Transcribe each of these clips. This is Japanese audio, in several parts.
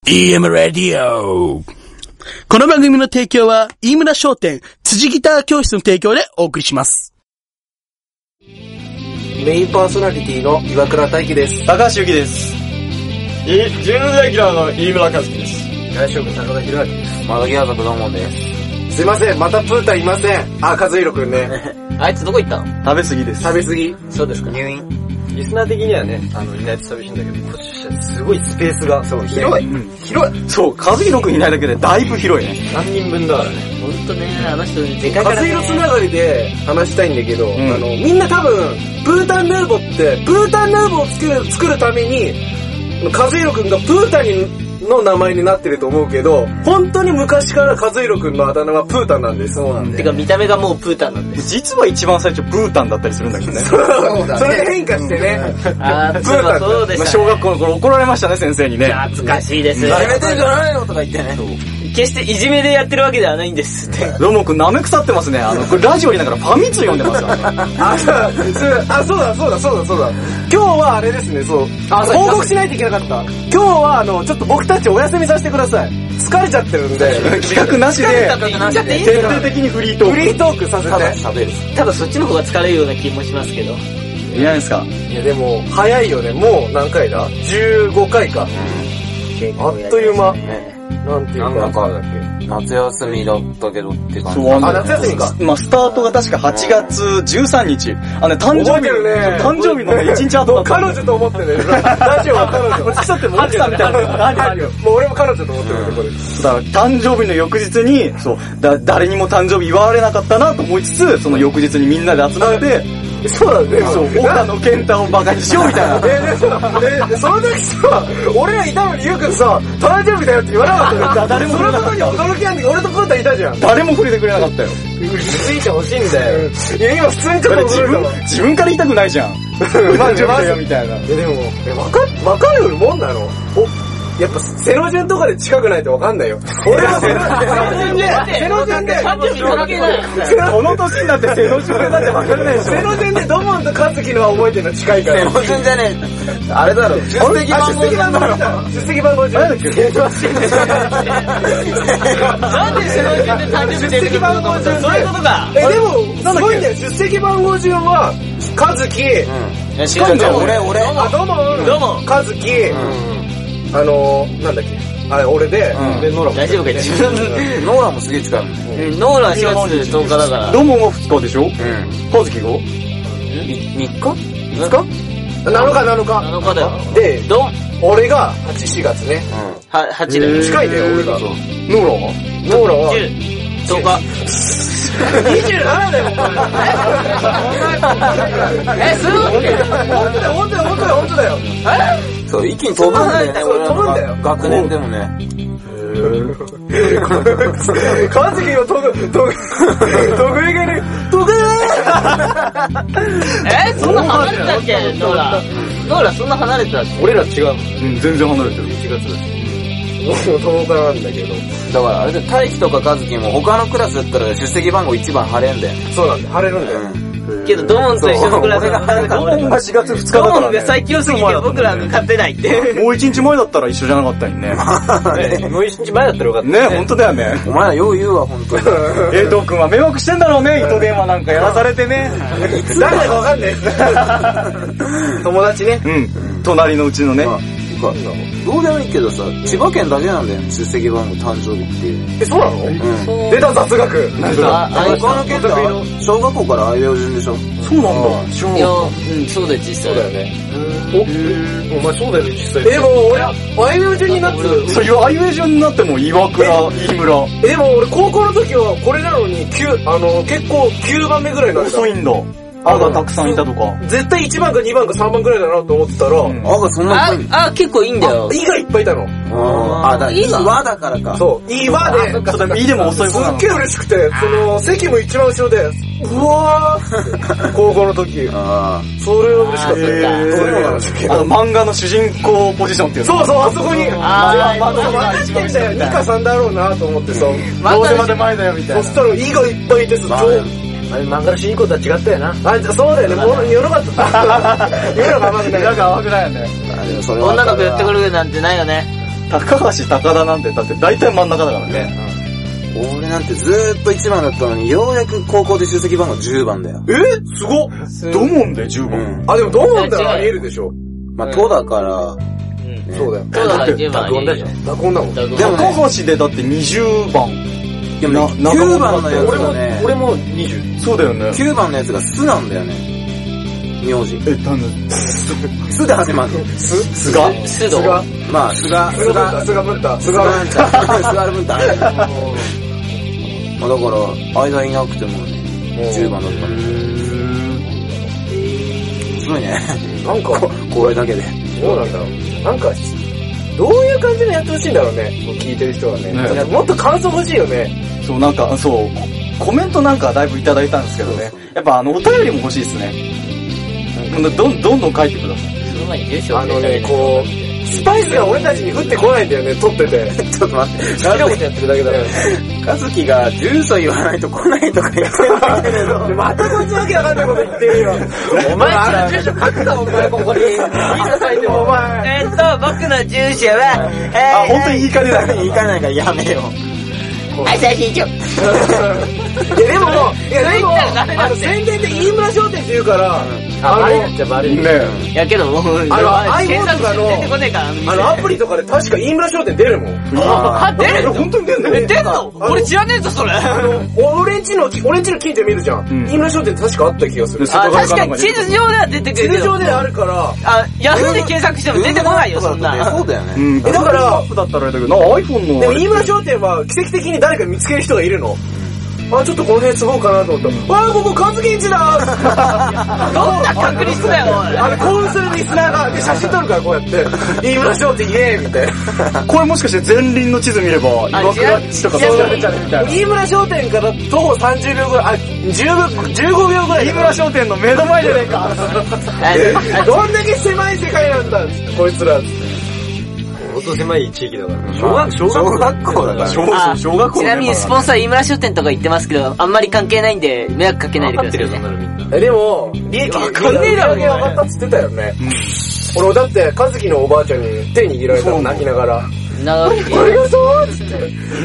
EM ラディオ。この番組の提供は、飯村商店、辻ギター教室の提供でお送りします。 メインパーソナリティの岩倉大輝です。 高橋由紀です。 準レギュラーの飯村和樹です。 大将軍高田博明です。 窓際族どうもです。 すいません、またプータンいません。あ、和弘くんね。 あいつどこ行ったの？ 食べ過ぎです。 食べ過ぎ。 そうですか。入院。 リスナー的にはね、いないと寂しいんだけど、こっちすごいスペースが、 そう、広い。広い。 そう、和弘くんいないだけでだいぶ広いね。 何人分だからね。 ほんとね、あの人でかいからね。 和弘つながりで話したいんだけど、みんな多分、プータンヌーボって、プータンヌーボを作るために、和弘くんがプータンの名前になってると思うけど、本当に昔から和弘くんのあだ名はプータンなんです。そうなんで。 てか見た目がもうプータンなんです。 実は一番最初ブータンだったりするんだけどね。 そうだね。それで変化してね。 あー、そうでしたね。 小学校の頃怒られましたね、先生にね。 懐かしいですね。 やめてんじゃないのとか言ってね。 決していじめでやってるわけではないんですって。 どうもくん舐め腐ってますね。これラジオにながらファミ通読んでますからね。 そうだ。今日はあれですね、そう。報告しないといけなかった。今日はちょっと僕たちお休みさせてください。疲れちゃってるんで。 企画なしで、徹底的にフリートーク。 フリートークさせて。 ただ喋る。ただそっちの方が疲れるような気もしますけど。 いないですか？ いやでも、早いよね。もう何回だ ?15 回か。あっという間。なんていうか。 何回だっけ？夏休みだったけどって感じ。 そう、 夏休みか。 まあ、スタートが確か8月13日。誕生日。誕生日のね、1日後だった。 彼女と思ってね。ラジオは彼女。 こっちだってもう奥さんみたいな。 もう俺も彼女と思ってるんで、これ。 だから、誕生日の翌日に、そう、誰にも誕生日祝われなかったなと思いつつ、その翌日にみんなで集まって、 そうだね。 そう、岡野健太をバカにしようみたいな。 その時さ、俺らいたのにゆうくんさ、誕生日だよって言わなかったよ。 誰も触れなかった。 そのことに驚きなんだけど、俺とプータンいたじゃん。 誰も触れてくれなかったよ。 ついてほしいんだよ。いや、今普通にちょっと驚いたわ。 自分から言いたくないじゃん。誕生日だよみたいな。 いやでも、わかるもんなの？やっぱセロ順とかで近くないとわかんないよ。俺はセロ順で誕生日関係ない。 この年になってセロ順でだってわかんないでしょ。 セロ順でドモンとカズキのは覚えてるの近いから。 セロ順じゃねえ。あれだろ。出席番号順だろ。 出席番号順。 なんだっけ？ なんでセロ順で誕生日出席番号順。そういうことか。 でも、すごいんだよ。出席番号順は、カズキ、 俺、 ドモン、カズキ、なんだっけあれ、俺で、で、ノーラも。 大丈夫か自分。 ノーラもすげえ近いもん。 ノーラは4月10日だから。 ドモンが2日でしょ？カズキが？ 3日 7日だよ。 で、俺が4月ね。 8だよ。 近いね、俺が。 ノーラは 10日。 27だよ、 すごい。 本当だよ。 そう、一気に飛ぶんだよね、 飛ぶんだよ。 学年でもね。 カズキの得意げに、 そんな離れたっけノーラそんな離れてたっけ？ 俺ら違う。 全然離れてる。 1月だし。10日なんだけど。 だからあれで大輝とか和樹も他のクラスだったら出席番号1番晴れんだよ。 そうなんだよ。晴れるんだよ。 けどドモンと一緒のクラスが晴れドモンが4月2日だからね。 ドモンが最強すぎて僕らが勝てないって。 もう1日前だったら一緒じゃなかったんね。 もう1日前だったらよかった。 ね、本当だよね。 お前らよう言うわ、本当に。 ド君は迷惑してんだろうね、糸電話なんかやらされてね。 誰だかわかんねえ。友達ね。 隣のうちのね。 どうでもいいけどさ、千葉県だけなんだよ、出席番号誕生日っていう。 そうなの？出た雑学。 他の県って小学校からあいうえお順でしょ？ そうなんだ。 いや、そうだよ、実際。 そうだよね。お前そうだよね、実際。でも俺、あいうえお順になって、 そういうあいうえお順になっても岩倉、飯村。 でも俺高校の時はこれなのに結構9番目ぐらいなんだ。 遅いんだ。あがたくさんいたとか。 絶対1番か2番か3番ぐらいだなと思ってたら、 あがそんなに。 結構いいんだよ。 いがいっぱいいたの。 岩だからか。 そう、岩で。 いでも遅い方なの。 すっげえ嬉しくて、席も一番後ろで、うわー高校の時。それは嬉しかったよ。 漫画の主人公ポジションっていうそうそう、あそこに。分かってんだよ。2か3だろうなと思ってさ。どうせまで前だよみたいな。 そしたらいがいっぱいいてさ、あれ漫画の主人公とは違ったよな。そうだよね。もうよろかった。夜が甘くない。 夜が甘くないよね。 女の子寄ってくるなんてないよね。 高橋高田なんてだって大体真ん中だからね。 俺なんてずーっと1番だったのに、ようやく高校で出席番号10番だよ。 すごっドモンで10番。 あ、でもどうなんだろう、ありえるでしょ。 まあ、都だから、 そうだよ。 そうだから10番ありえるよ。 ダコンだもん。 でもね高橋でだって20番。 でもね、9番のやつがね、 俺も20。 そうだよね。 9番のやつがスなんだよね。名字。スで始まるの。 すが須藤まあ、スガブンタ。スガブンタ。まあだから、間いなくてもね、10番だったんで。面白いね。 なんか、 これだけで。 どうなんだろう。なんか、どういう感じでやってほしいんだろうね。聞いてる人はね。もっと感想欲しいよね。 そう、なんか、そう、コメントなんかだいぶいただいたんですけどね。やっぱお便りも欲しいですね。どんどん書いてください。 その前に住所をこう、スパイスが俺たちに降ってこないんだよね、撮ってて。 ちょっと待って。 好きなことやってるだけだよ。 カズキが住所言わないと来ないとか言ってるんだけど。 またこいつわけわかんないこと言ってるよ。お前ら住所書くな、お前、ここに。いいの書いても、お前。 僕の住所は、 本当に言いかねない。 言いかねないからやめよう。 朝日所。 いやでも、宣伝で飯村商店って言うから、 バレるっちゃバレる。 ねいやけどもう、 iPhone とかの、 出てこねえから、 アプリとかで確か飯村商店出るもん。 出るの本当に出んの出んの俺知らねえぞ、それ。 俺んちの近所見るじゃん。飯村商店確かあった気がする。 確かに地図上では出てくるけど。 地図上であるから、 ヤフーで検索しても出てこないよ、そんな。 そうだよね。 だから、 だったらあれだけど、iPhone の。 でも飯村商店は奇跡的に誰か見つける人がいるの。ちょっとこの辺住もうかなと思ったら、ここカズキンチだどんな確率だよ、おい。 興奮するリスナーが、で、写真撮るからこうやって、飯村商店イエーイみたいな。 これもしかして前輪の地図見れば、岩倉地とかそうなっちゃうみたいな。 飯村商店から徒歩30秒ぐらい、15秒ぐらい。 飯村商店の目の前じゃねえか。 どんだけ狭い世界なんだ、こいつら。 ほんと狭い地域だから。 小学校だから。 小学校ちなみにスポンサー飯村書店とか言ってますけど、あんまり関係ないんで、迷惑かけないでくださいね。 でも、利益分かったっつってたよね。俺だって、和樹のおばあちゃんに手握られたの泣きながら。 なわけありがとうっつって。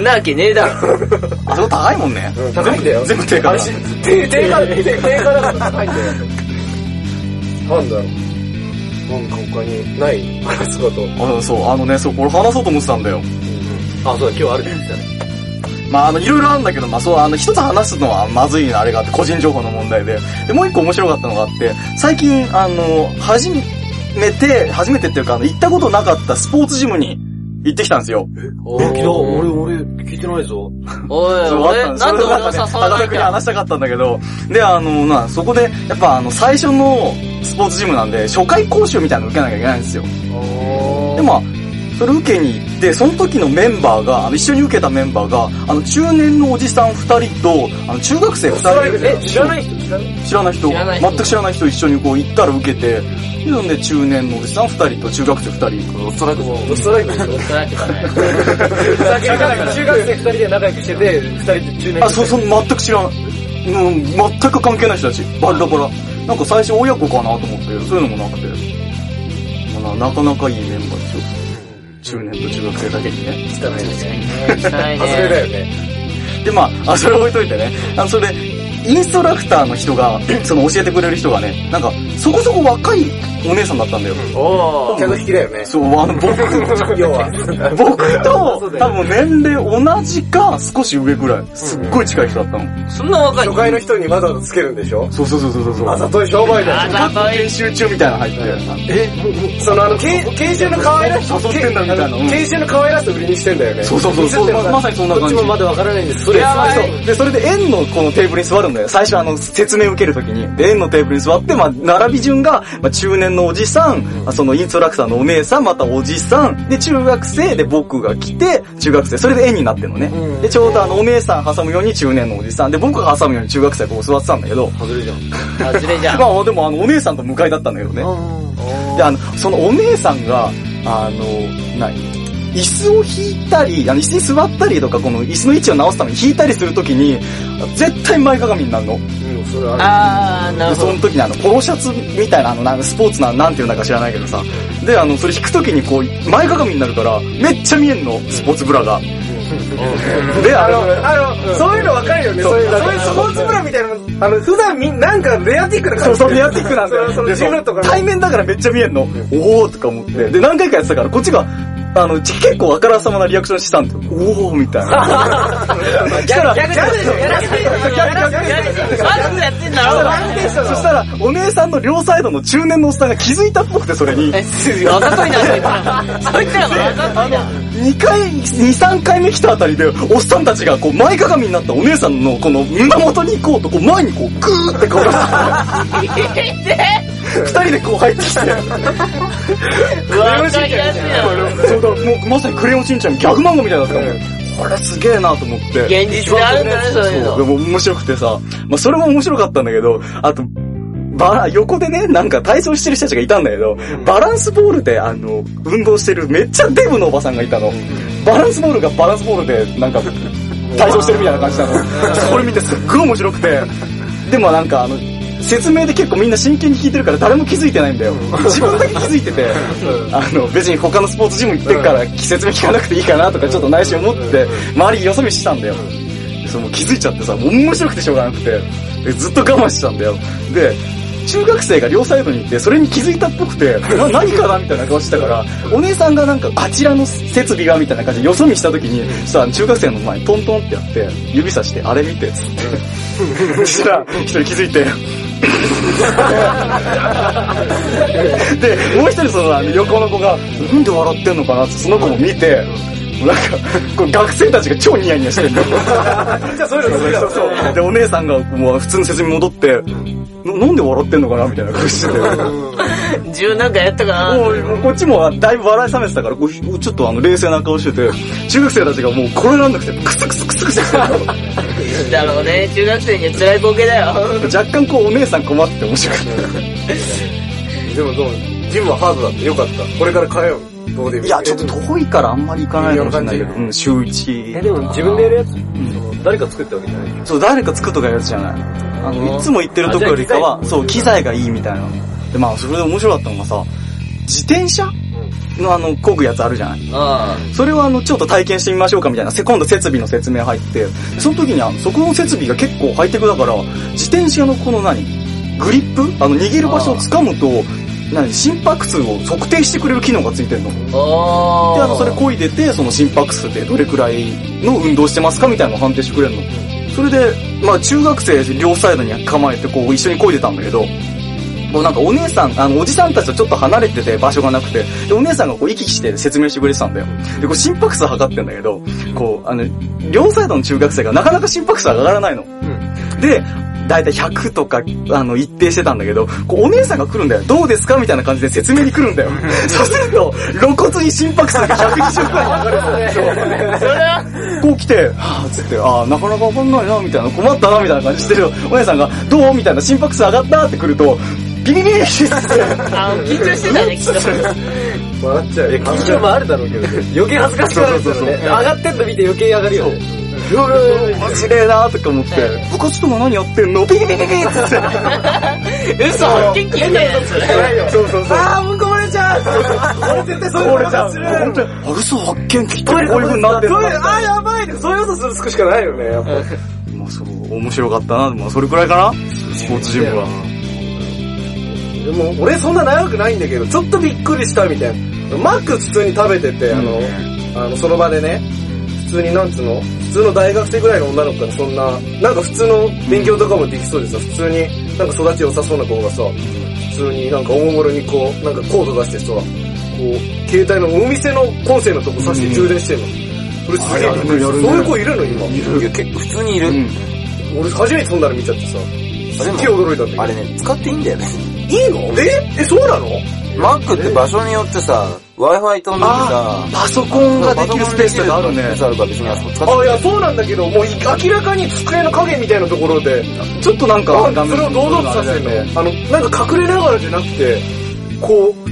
なわけねえだろ。 あそこ高いもんね。 高いんだよ。 全部定価だ。 定価だから高いんだよ。なんだろう。なんか他にない話すこと。 そう、そう、これ話そうと思ってたんだよ。 そうだ、今日あるって言ってたね。 いろいろあるんだけど、一つ話すのはまずいあれがあって、個人情報の問題で。で、もう一個面白かったのがあって、最近、初めてっていうか、行ったことなかったスポーツジムに行ってきたんですよ。 俺聞いてないぞ。 おい、なんで俺を誘わない高田君に話したかったんだけど、で、そこで、やっぱ最初のスポーツジムなんで、初回講習みたいなの受けなきゃいけないんですよ。で、それ受けに行って、その時のメンバーが、一緒に受けたメンバーが、中年のおじさん2人と、中学生2人。 知らない人全く知らない人一緒にこう行ったら受けて、で、中年のおじさん2人と中学生2人。 ストライクだね。中学生2人で仲良くしてて、2人で中年。 そう、全く知らない。全く関係ない人たち。バラバラ。なんか最初親子かなと思ったけど、そういうのもなくて。なかなかいいメンバーですよ。中年と中学生だけにね。 汚いですね。 汚いね。 外れだよね。 で、それ置いといてね。それで、インストラクターの人が、教えてくれる人がね、なんか、そこそこ若いお姉さんだったんだよ。 客引きだよね。 そう、僕と、多分年齢同じか少し上ぐらい。すっごい近い人だったの。 そんな若い初回の人にわざわざつけるんでしょ？ そう。 あざとい商売だよ。 あざとい。 研修中みたいなの入って。 研修の可愛らしさ。 誘ってんだみたいな。 研修の可愛らしさ売りにしてんだよね。 そう。まさにそんな感じ。 こっちもまだわからないんです。それで、それで円のこのテーブルに座るんだよ。最初説明受けるときに。で、円のテーブルに座って、並び順が、中年のおじさん、そのインストラクターのお姉さん、またおじさん、で、中学生で僕が来て、中学生、それで円になってるのね。で、ちょうどお姉さん挟むように中年のおじさん、で、僕が挟むように中学生がこう座ってたんだけど。 外れじゃん。 でもお姉さんと向かいだったんだけどね。で、そのお姉さんが、 椅子を引いたり、椅子に座ったりとか、この椅子の位置を直すために引いたりするときに、絶対前かがみになるの。 それある。 なるほど。 で、その時にポロシャツみたいなスポーツなんていうんだか知らないけどさ。で、それ引く時にこう、前かがみになるから、めっちゃ見えんの、スポーツブラが。で、 そういうの分かるよね。そういうスポーツブラみたいなの、普段なんかレアティックな感じ。 そう、レアティックなんだよ。 そのジムとか対面だからめっちゃ見えんの。おーとか思って。で、何回かやってたから、こっちが、結構あからさまなリアクションしたんだよ。おーみたいな。 逆でしょ、やらせて。悪くやってんだろ。 そしたら、お姉さんの両サイドの中年のおっさんが気づいたっぽくて、それに。 わざといな、そいつら。そいつらわざといな。 2、3回目来たあたりで、おっさんたちがこう前かがみになったお姉さんのこの胸元に行こうと、こう前にこうグーってこう二人でこう入ってきて。 わかりやすいな。 そうだ、もうまさにクレヨンしんちゃんギャグ漫画みたいだったから、これすげえなと思って。 現実であるんだね、そういうの。 でも面白くてさ、それも面白かったんだけど、あと、横でね、なんか体操してる人たちがいたんだけど、バランスボールで運動してるめっちゃデブのおばさんがいたの。バランスボールがバランスボールでなんか体操してるみたいな感じなの。それ見てすっごい面白くて、でもなんか説明で結構みんな真剣に聞いてるから誰も気づいてないんだよ。自分だけ気づいてて、別に他のスポーツジム行ってるから説明聞かなくていいかなとかちょっと内心思って周りよそ見したんだよ。その気づいちゃってさ、もう面白くてしょうがなくて、ずっと我慢してたんだよ。で、中学生が両サイドにいて、それに気づいたっぽくて、何かなみたいな顔してたから、お姉さんがなんか、あちらの設備がみたいな感じでよそ見した時に、さ、中学生の前にトントンってやって、指さして、あれ見て、つって。そしたら、一人気づいて、で、もう一人その横の子が、なんで笑ってんのかなって、その子も見て、なんか、こう学生たちが超ニヤニヤしてるんだよ。じゃあそういうのそう。で、お姉さんがもう普通の説明戻って、なんで笑ってんのかなみたいな顔してて。 10なんかやったかな。 もうこっちもだいぶ笑い冷めてたから、ちょっと冷静な顔してて、中学生たちがもうこれなんなくて、クスクスクスクスしてる。 だろうね、中学生には辛いボケだよ。 若干こうお姉さん困って面白かった。 でもジムはハードだってよかった。これから通う。どうでもいや、ちょっと遠いからあんまり行かないかもしれないけど、週1。 でも自分でやるやつ誰か作ったわけじゃない？ そう、誰か作っとかやるやつじゃない。いつも行ってるとこよりかは、そう、機材がいいみたいな。で、それで面白かったのがさ、自転車の漕ぐやつあるじゃない。それをちょっと体験してみましょうかみたいな、今度設備の説明入って、その時にそこの設備が結構ハイテクだから、自転車のこのグリップ握る場所を掴むと、心拍数を測定してくれる機能がついてるの。で、それ漕いでて、その心拍数でどれくらいの運動してますかみたいなのを判定してくれるの。それで、中学生両サイドに構えてこう一緒に漕いでたんだけど、もうなんかお姉さん、おじさんたちとちょっと離れてて場所がなくて、で、お姉さんがこう行き来して説明してくれてたんだよ。で、こう心拍数測ってんだけど、こう、両サイドの中学生がなかなか心拍数上がらないの。で、だいたい100とか、一定してたんだけど、こう、お姉さんが来るんだよ。どうですかみたいな感じで説明に来るんだよ。そうすると、露骨に心拍数が120くらいに上がるんですよ。それはこう来て、つって、なかなかわかんないな、みたいな、困ったな、みたいな感じしてる。お姉さんが、どうみたいな、心拍数上がったって来ると、ビリビリって緊張してたね、きっと。 笑っちゃう。緊張もあるだろうけど、余計恥ずかしくなるんですよね。上がってんの見て余計上がるよね。 面白いなとか思って、部活とか何やってんのビリビリビリって。 嘘、元気みたいなやつ。 そう。 うんこ漏れちゃう。俺絶対そういうことする。 本当に、嘘発見聞いてこういう風になってる。 やばいね。そういうことするしかないよね、やっぱ。 そう、面白かったな。それくらいかなスポーツジムは。 でも、俺そんな長くないんだけど、ちょっとびっくりしたみたいな。マック普通に食べてて、その場でね、普通に普通の大学生ぐらいの女の子がそんな、なんか普通の勉強とかもできそうでさ、普通になんか育ち良さそうな子がさ、普通になんかおもむろにこう、なんかコード出してさ、こう、携帯のお店のコンセントのとこ挿して充電してんの。これすげえびっくりした。そういう子いるの今。 いや、結構普通にいる。 俺初めてそんなの見ちゃってさ、すっげえ驚いたんだけど。 あれね、使っていいんだよね。 いいの？そうなの？ マックって場所によってさ、Wi-Fi 飛んでてさ、 パソコンができるスペースがあるね。 あるから別にあそこ使って。 いや、そうなんだけど、もう明らかに机の影みたいなところで、 ちょっとなんか、 それを堂々とさせるの。なんか隠れながらじゃなくて、こう、普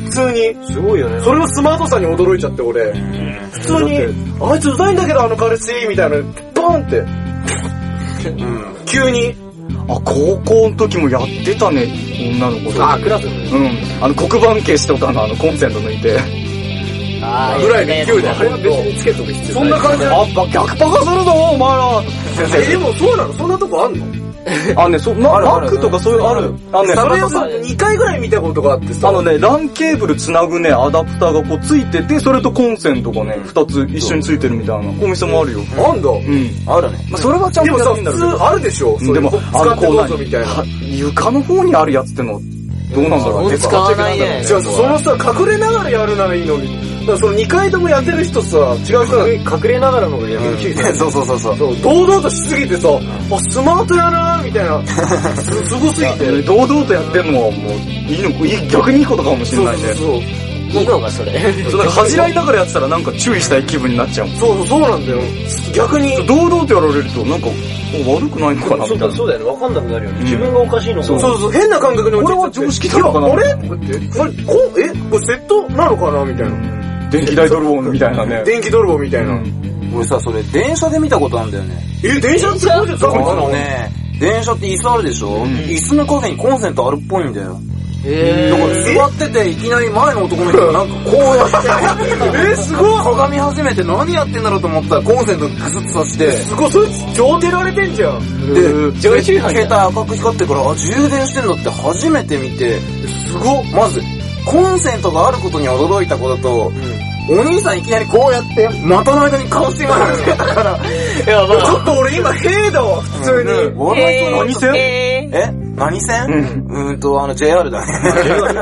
普通に。 すごいよね。 それのスマートさに驚いちゃって俺。普通に、あいつうざいんだけどあの彼氏みたいな、ボーンって。急に。 あ、高校の時もやってたね、女の子と。 あ、クラス黒板消しとかのコンセント抜いて。 ぐらいの勢いだよ。 あれは別につけとく必要そんな感じあ、逆パカするぞ、お前ら。 でもそうなの？そんなとこあんの？ マックとかそういうある。 それをさ、2回ぐらい見たことがあってさ。 LAN ケーブルつなぐね、アダプターがこうついてて、それとコンセントがね、2つ一緒についてるみたいなお店もあるよ。 なんだ？ あるね。 まあ、それはちゃんとでもさ、普通あるでしょ？ でも、 使ってどうぞみたいな。 床の方にあるやつっての、どうなんだろうね。 使わないね。 違う、そのさ、隠れながらやるならいいのに。だからその2回ともやってる人さ、違う人が隠れながらの方がやめる気がそう。 堂々としすぎてさ、あ、スマートやなーみたいな。すごすぎて。 堂々とやってんのはもう、逆にいいことかもしれないね。 そう。 いいのか、それ。 なんか恥じらいながらやってたらなんか注意したい気分になっちゃう。 そうなんだよ。逆に。 堂々とやられるとなんか、悪くないのかなみたいな。 そうだよね、わかんなくなるよね。自分がおかしいのか。 そう、変な感覚にこれは常識なのかな。 あれこれセットなのかなみたいな。 電気代泥棒みたいなね。 電気泥棒みたいな。 俺さ、それ電車で見たことあるんだよね。 電車ってこうじゃさ、 電車って椅子あるでしょ？椅子の陰にコンセントあるっぽいんだよ。だから座ってていきなり前の男の人がなんかこうやってすごい鏡始めて何やってんだろうと思ったらコンセントグスッとさして、 すごい、そいつ上照られてんじゃん。 で、携帯赤く光ってから、あ、充電してんのって初めて見て、すごっ。まず、コンセントがあることに驚いたことと、お兄さんいきなりこうやって、股の間に顔してが始めたから、 ちょっと俺今兵だわ、普通に。 何線？ 何線？JR だね。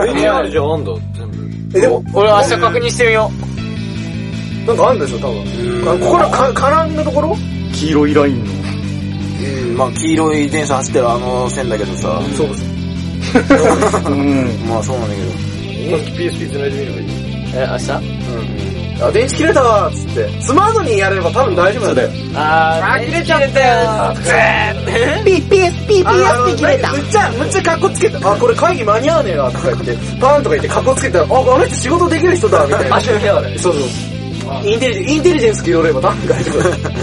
JR じゃあんだ、全部。 でも、 俺明日確認してみよう。なんかあんでしょ、多分。ここのカランのところ？ 黄色いラインの。 まあ黄色い電車走ってる線だけどさ。 そうです。 まあそうなんだけど。 PSP 繋いでみればいい。 明日？ あ、電池切れたわーっつって。スマートにやれば多分大丈夫なんだよ。 切れちゃったよー。PSP 切れた。 むっちゃカッコつけた。あ、これ会議間に合わねえわとか言って、パーンとか言ってカッコつけたら、あの人仕事できる人だみたいな。 足の部屋だね。 そう。インテリジェンス気取れば多分大丈夫だ。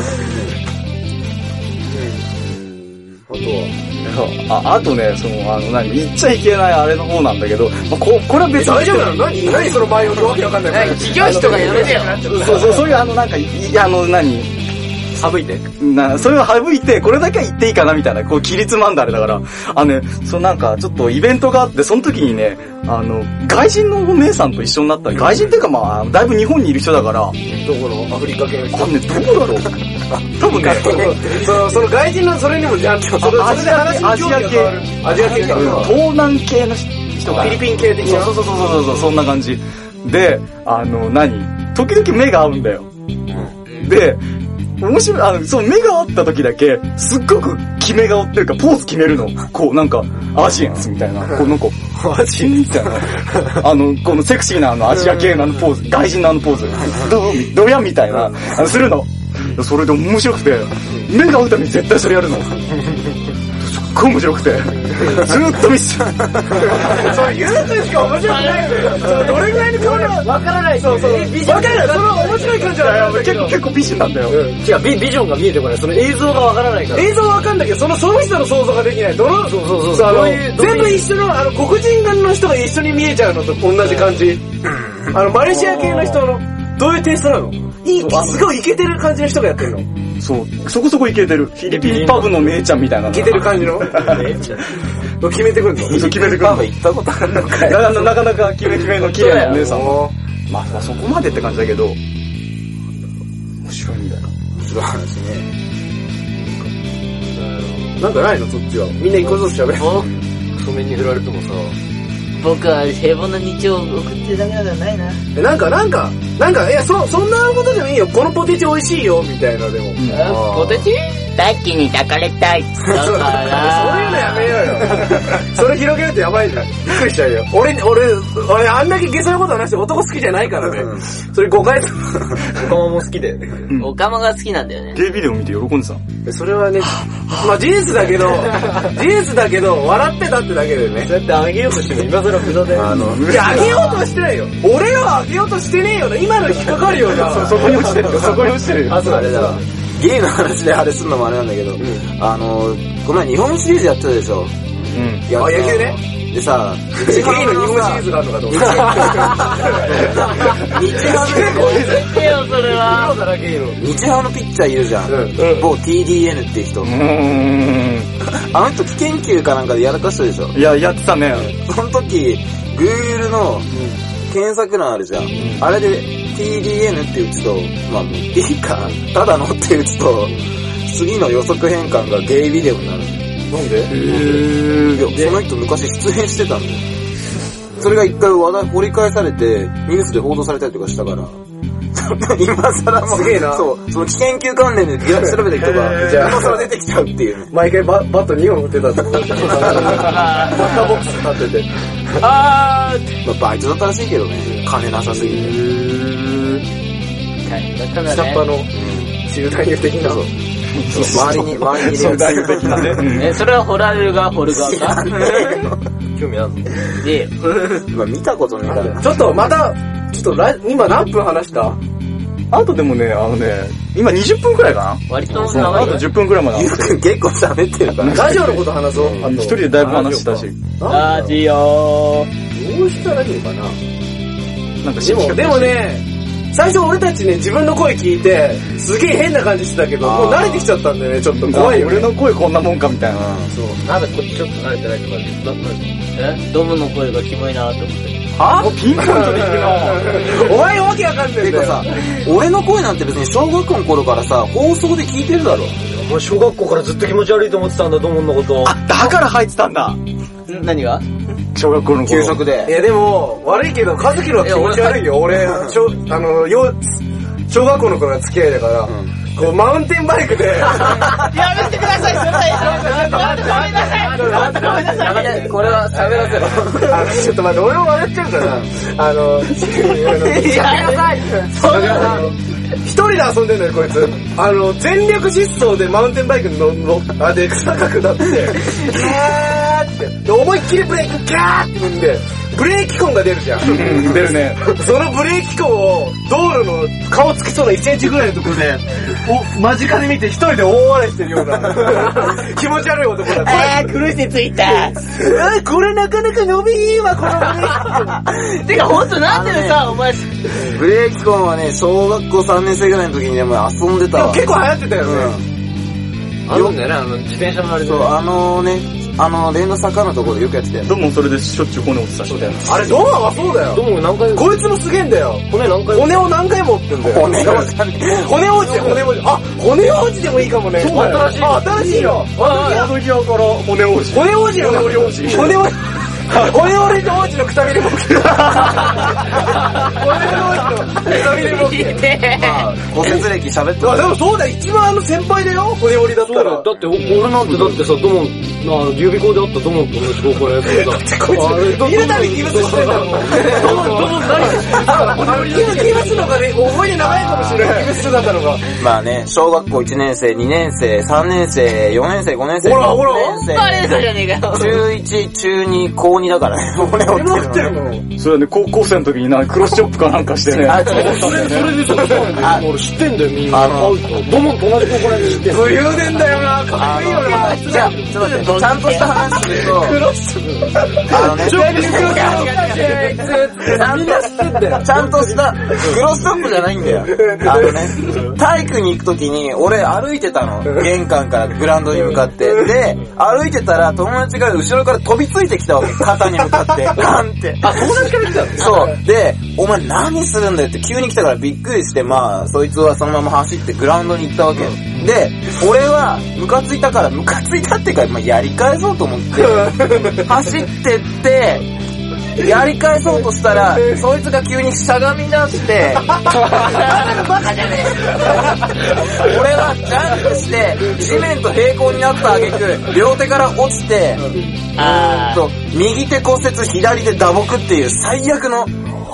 あとね、言っちゃいけないあれの方なんだけど、これは別に。 大丈夫なの？何その前置きわけわかんない。 企業費とかやめてよ。 そういう省いて。 それを省いて、これだけは言っていいかなみたいな、こう、切りつまんだあれだから、ちょっとイベントがあって、その時にね、外人のお姉さんと一緒になった。外人っていうかだいぶ日本にいる人だから。 どこのアフリカ系の人？ どこだろう多分ね、 その外人のそれにもちゃんと、アジア系か。 東南系の人が。 フィリピン系的な。 そう、そんな感じ。で、時々目が合うんだよ。で、面白い、目が合った時だけ、すっごく決め顔っていうか、ポーズ決めるの。こう、なんか、アジアンスみたいな。この子、アジアンみたいな。このセクシーなアジア系のポーズ、外人のポーズ、どやみたいな、するの。それで面白くて、目が合うために絶対それやるの。すっごい面白くて、ずーっと見せて。 それ言うとしか面白くないよ。どれぐらいの顔なの？わからない。そう。わからない。その面白い感じじゃない。 結構美人なんだよ。 違う、ビジョンが見えてこない。その映像がわからないから。 映像はわかんだけど、その人の想像ができない。そう。全部一緒の、黒人の人が一緒に見えちゃうのと同じ感じ。マレーシア系の人の、どういうテイストなの？すごいイケてる感じの人がやってるの？ そう、そこそこイケてる。フィリピンパブの姉ちゃんみたいな。 イケてる感じの決めてくんの？ そう、決めてくんの。 行ったことあるのかい？ なかなか決めの綺麗なお姉さんも。まあそこまでって感じだけど、面白いんだよ。 面白い話ね。 なんかないのそっちは。みんな一個ずつ喋る。 クソメンに振られてもさ。 僕は平凡な日常を送ってるだけだからないな。 なんか、いや、そんなことでもいいよ。このポテチ美味しいよ、みたいなでも。 ポテチ？ 大輝に抱かれたい。だからそういうのやめようよ。それ広げるとやばいんだ。びっくりしちゃうよ。俺あんだけゲソなこと話して男好きじゃないからね。それ誤解だ。 オカマも好きだよね。 オカマが好きなんだよね。 ゲイビデオ見て喜んでた。 それはね、まあ事実だけど、笑ってたってだけでね。 だってあげようとしても今更無駄だよ。 いや、あげようとはしてないよ。俺らはあげようとしてねえよな。今の引っかかるよな。 そこに落ちてるよ、そこに落ちてるよ。 あれだわ。ゲイの話であれすんのもあれなんだけど、この前日本シリーズやってたでしょ。 うん。 あ、野球ね。 でさ、 ゲイの日本シリーズがあるのかと思った。 日ハムのピッチャーいるじゃん。某 TDN っていう人。あの人危険球かなんかでやらかしたでしょ。 いや、やってたね。 その時、Google の検索欄あるじゃん。あれで TDN って打つと、まあ、いいか、ただのって打つと、次の予測変換がゲイビデオになる。 なんで？ いや、その人昔出演してたんだよ。それが一回話題掘り返されて、ニュースで報道されたりとかしたから、今更もう、 すげえな。 そう、その危険球関連で調べた人が、今更出てきちゃうっていうね。 毎回バット2本打ってたってことだった。バッターボックス立ってて。 まあ、バイトだったらしいけどね、金なさすぎて。 大変だったんだね。 下っ端の集団優的な。 周りにそう、大学的なね。 それはホラルがホルガーか興味あるの？ で、 まあ見たことねえから。 ちょっとまた、今何分話した？ あとでもね、今20分くらいか割とな。 長い。 あと10分くらいまでゆうくん結構喋ってるから。 ラジオのこと話そう。 一人でだいぶ話したし。 ラジオどうしたらいいのかな。 なんかでもね、最初俺たちね、自分の声聞いて、すげえ変な感じしてたけど、もう慣れてきちゃったんだよね、ちょっと怖いよね。 俺の声こんなもんかみたいな。 そう。なんでこっちちょっと慣れてないとかドムの声がキモいなと思って。 もうピンポイントで行くな。 お前わけわかんねえんだよ。 てかさ、俺の声なんて別に小学校の頃からさ、放送で聞いてるだろ。 お前小学校からずっと気持ち悪いと思ってたんだ、ドモンのこと。 だから入ってたんだ。 何が？ 小学校の頃。 給食で。 いやでも、悪いけど、和樹のは気持ち悪いよ。俺、小学校の頃は付き合いだから、こう、マウンテンバイクで、 やめてください、それごめんなさい。これは喋らせろ。 ちょっと待って、俺も笑っちゃうから、一人で遊んでんのよ、こいつ。全力疾走でマウンテンバイクで草角だって、ギャーって、思いっきりブレーキ、ギャーって踏んで、ブレーキ痕が出るじゃん。 出るね。 そのブレーキ痕を、道路の顔つきそうな1センチぐらいのところで、間近で見て一人で大笑いしてるような、気持ち悪い男だ。 苦しついた。 これなかなか伸びいいわ、このブレーキ。 てかほんとなんでさ、お前。 ブレーキ痕はね、小学校3年生ぐらいの時にね、もう遊んでたわ。 結構流行ってたよね。 あるんだよね、自転車のあれで。 そう、レンの坂のところでよくやってたよ。 どうもそれでしょっちゅう骨折ってた人だよ。 あれ、ドアはそうだよ。 ドモン何回こいつもすげえんだよ。 骨を何回も折ってんだよ。骨王子。あ、骨王子でもいいかもね。 そうだよ。 新しいよ。 窓際から骨王子。 骨王子よ、骨王子。骨王子のくたびれも。骨王子のくたびれも。 骨折歴喋ってでもそうだ、一番先輩だよ、骨折りだったら。 だって俺なんてだってさ、ドモン、予備校であったドモンと同じ高校のやつでさ。 こいつ、見るたびギブスしてんだもん。ドモン何ギブスのがね、思い出長いかもしれない。ギブスだったのが。 まあね、小学校1年生、2年生、3年生、4年生、5年生、 ほら 6年生。 バレーじゃねえかよ。 中1、中2、高2だからね。骨折ってるの。 それはね、高校生の時にクロスチョップかなんかしてね。 それでちょっと、俺知ってんだよ、みんな。ドモンと同じ高校なんで知ってんの。 武勇伝だよな、かっこいいよな。 じゃあ、ちょっと待って、ちゃんとした話すると、 みんな知ってんだよ。 ちゃんとした、クロストップじゃないんだよ。体育に行くときに、俺歩いてたの。玄関からグラウンドに向かって。で、歩いてたら友達が後ろから飛びついてきたわけ。肩に向かって、ガンって。 あ、友達から来たの？ そう。で、お前何するんだよって急に来たからびっくりして、まあ、そいつはそのまま走ってグラウンドに行ったわけ。で、俺はムカついたっていうか、まあ、やり返そうと思って、走ってって、やり返そうとしたら、そいつが急にしゃがみ出して、バカじゃねえ俺はジャンプして、地面と平行になった挙句、両手から落ちて、右手骨折、左手打撲っていう最悪の。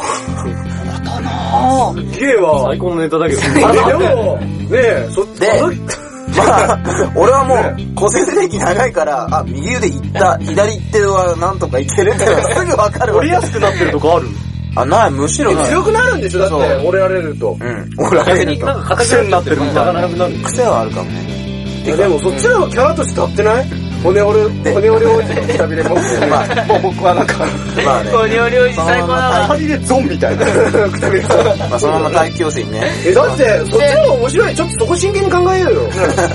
すげえわ。最高のネタだけど。でも、ねそっちで、 まあ、俺はもう骨折歴長いから、右腕いった、左手はなんとかいけるってのがすぐわかるわ。 折りやすくなってるとこある？ ない、むしろ強くなるんでしょだって、折られると。 折られると。 なんか癖になってるみたいな。 癖はあるかもね。 でもそっちの方がキャラとして立ってない？骨折り王子のくたびれ持って。 まあ、僕はなんか、 まあね。 骨折り王子最高だわ。 針でゾンみたいな。くたびれ。 まあそのまま大気汚染ね。 だって、そっちの方が面白い。ちょっとそこ真剣に考えようよ。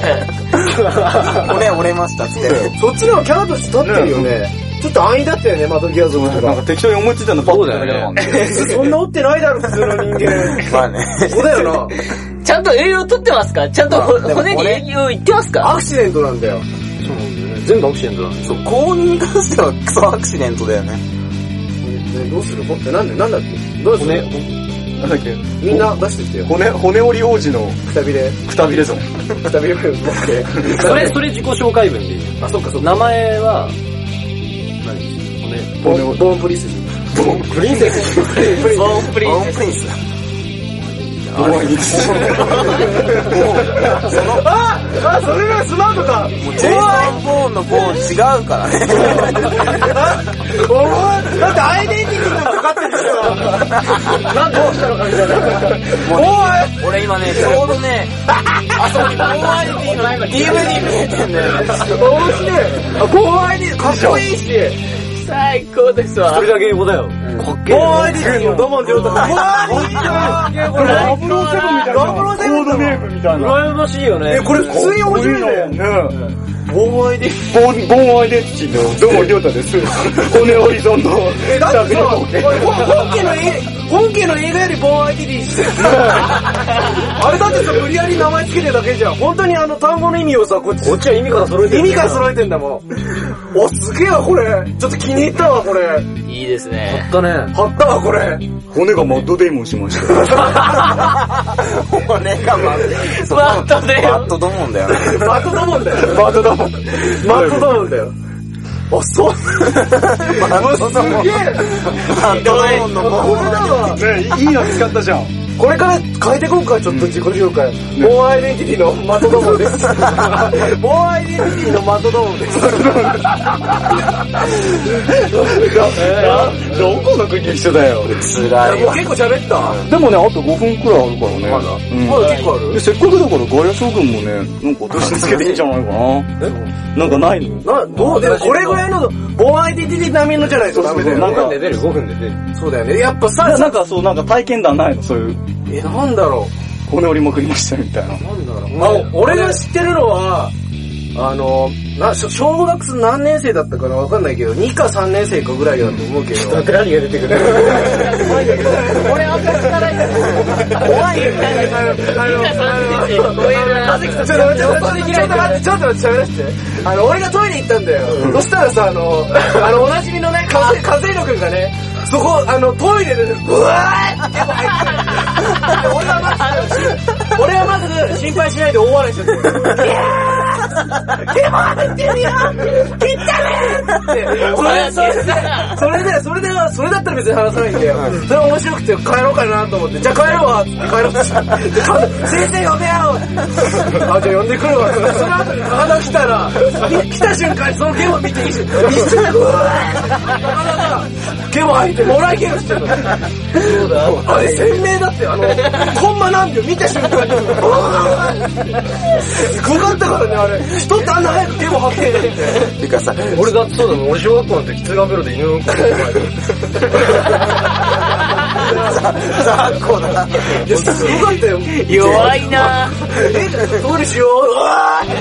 骨折れましたって。 そっちの方がキャラとして立ってるよね。ちょっと安易だったよね、窓際ゾーンとか。 なんか適当に思いついたのパッとだけど。 そんな折ってないだろ、普通の人間。 まあね。 そうだよな。 ちゃんと栄養取ってますか？ちゃんと骨に栄養いってますか？ アクシデントなんだよ。 そうなんだよね。全部アクシデントなんだよ。 そう、公認に関してはクソアクシデントだよね。 どうする？なんだっけ？どうする？ なんだっけ？ みんな出してきてよ。 骨折り王子のくたびれゾン。 くたびれ持って。 それ自己紹介文でいい。 あ、そっか。 名前は、 ボーンプリンセス。 ボーンプリンセス。 それがスマートだ。 もうジェイソン・ボーンのボーン違うからね。 だってアイデンティティがかかってるよ。なんでどうしたのかみたいな。 俺今ね、ちょうどね、あそこにボーンアイデンティティの DVD 見えてんだよね。 面白い。ボーンアイデンティティかっこいいし。 最高ですわ。 それだけ英語だよ。 ボーンアイデンティティのドモンでよったら。ボーンアイデンティティこれ007みたいな。コードネームみたいな。 羨ましいよね。 これ普通に面白いね。ボーンアイデンティティ。 ボーンアイデンティティのどうもりょうたです。骨折りゾンの。 だってさ、本家の映画よりボーンアイデンティティしてる。あれだってさ、無理やり名前つけてるだけじゃん。本当に単語の意味をさ、こっちは意味から揃えてる。意味から揃えてんだもん。お、すげえわ、これ。ちょっと気に入ったわ、これ。 いいですね。 貼ったね。 貼ったわ、これ。 骨がマッドデーモンしました。 骨がマットドモンだよね。 マットドモンだよ。マットドモンだよ。あ、そう。すげえ。マットドモンのボーン。 ね、いいの見つかったじゃん。 これから変えていこうか、ちょっと自己紹介。ボーンアイデンティティのマットドモンです。ボーンアイデンティティのマットドモンです。 どこの国一緒だよ。 辛いわ。 結構喋った。 でもね、あと5分くらいあるからね。 まだ結構ある。 せっかくだからガヤ将軍もね、なんか落としつけていいんじゃないかな。なんかないの？ どうでもこれぐらいのボーンアイデンティティ並みのじゃないとダメだよ。 5分で出る。 そうだよね。やっぱさ、 なんか体験談ないの？そういう。 なんだろう。 骨折りまくりましたみたいな。 なんだろう。俺が知ってるのは、小学生何年生だったかなわかんないけど、2か3年生かぐらいだと思うけど。 何が出てくる？ 俺赤から怖いよ。 ちょっと待って、喋らせて。俺がトイレ行ったんだよ。そしたらさ、おなじみのね、風井野くんがね、そこ、トイレで、うわーって入って俺はまず心配しないで大笑いしてる。いやーケモ入ってるよ切ったねって。それだったら別に話さないんだよ。それ面白くて帰ろうかなと思って、じゃあ帰ろうわって帰ろうって。先生呼べよじゃあ呼んでくるわ。その後に体来たら、来た瞬間にそのゲモ見て一瞬でうわーゲモ入ってもらいゲロしてるの。そうだ。あれ鮮明だって、コンマ何秒見た瞬間に、すごかったからね、あれ。人ってあんな早くゲモ吐けないって。 てかさ、 俺だってそうだもん。俺小学校の時、通学路で犬の子の前で。 雑魚だな。 いや、すごかったよ。 弱いなどうにしよう。うわー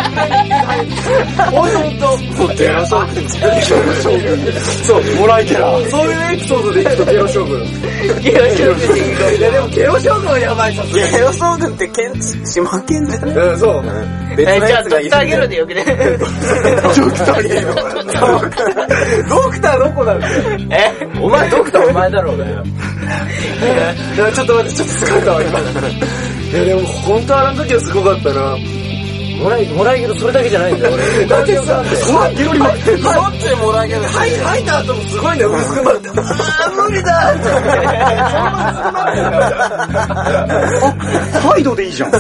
ほんと。 ゲロ将軍。 そう、もらいキャラ。そういうエピソードでいくとゲロ将軍。 ゲロ将軍でいやでもゲロ将軍はやばいさ。 ゲロ将軍って島県じゃね？ うん、そう。 じゃあドクターゲロでよくね。 ドクターゲロ。ドクターどこなんだよ。 お前ドクターお前だろうがよ。 いや、ちょっと待って、ちょっと疲れたわ、今。いや、でも、本当あの時はすごかったな。 もらいけどそれだけじゃないんだよ、俺。 だってさ、 ゲロリマしょっちゅうもらいけど、 吐いた後もすごいんだよ、薄くなって。無理だハイドでいいじゃん。ハ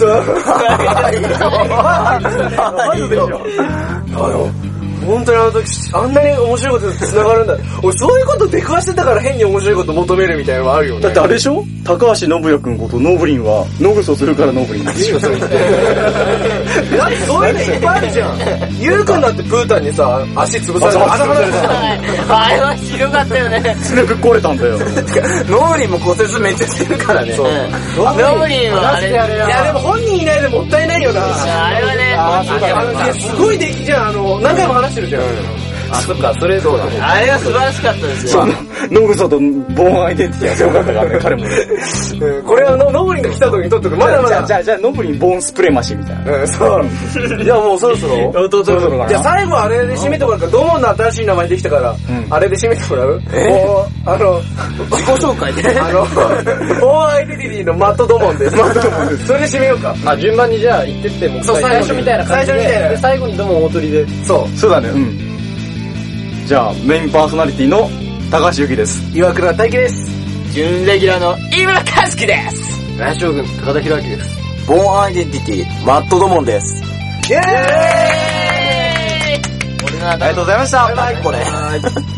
イドでいいじゃん。 本当にあの時、あんなに面白いこと繋がるんだ。俺そういうこと出くわしてたから変に面白いこと求めるみたいなのがあるよね。 だってあれでしょ、高橋信也くんことノブリンは、ノグソするからノブリンでしょ。 だってそういうのいっぱいあるじゃん。ゆうくんだってプータンにさ、足潰された。 あれはひどかったよね。 爪ぶっ壊れたんだよ。 ノーリンも骨折めっちゃしてるからね。 ノブリンはあれ、いやいやでも本人いないでもったいないよな。 あれはね、 すごい出来じゃん、何回も話してるじゃん。 あ、そっか、それそうだね。 あれが素晴らしかったですよ。 ノグソとボーンアイデンティティがすごかったからね、彼もね。 これはノブリンが来た時に撮っとく。まだまだ。 じゃあノブリンボーンスプレマシーみたいな。 そう。じゃあもうそろそろ。 そろそろかな。 じゃあ最後あれで締めてもらうから、ドモンの新しい名前できたから、あれで締めてもらう？自己紹介で。ボーンアイデンティティのマットドモンです。マットドモンです。それで締めようか。 あ、順番にじゃあ言ってっても、最初みたいな感じで。 最初みたいな。 で、最後にどうも大鳥で。 そうだね、うん。じゃあ、メインパーソナリティの高橋由紀です。 岩倉大輝です。 準レギュラーの飯村和樹です。 ラ将軍、高田博明です。 ボーンアイデンティティ、マットドモンです。 イェーイ俺のありがとうございました。 バイバイ、これ。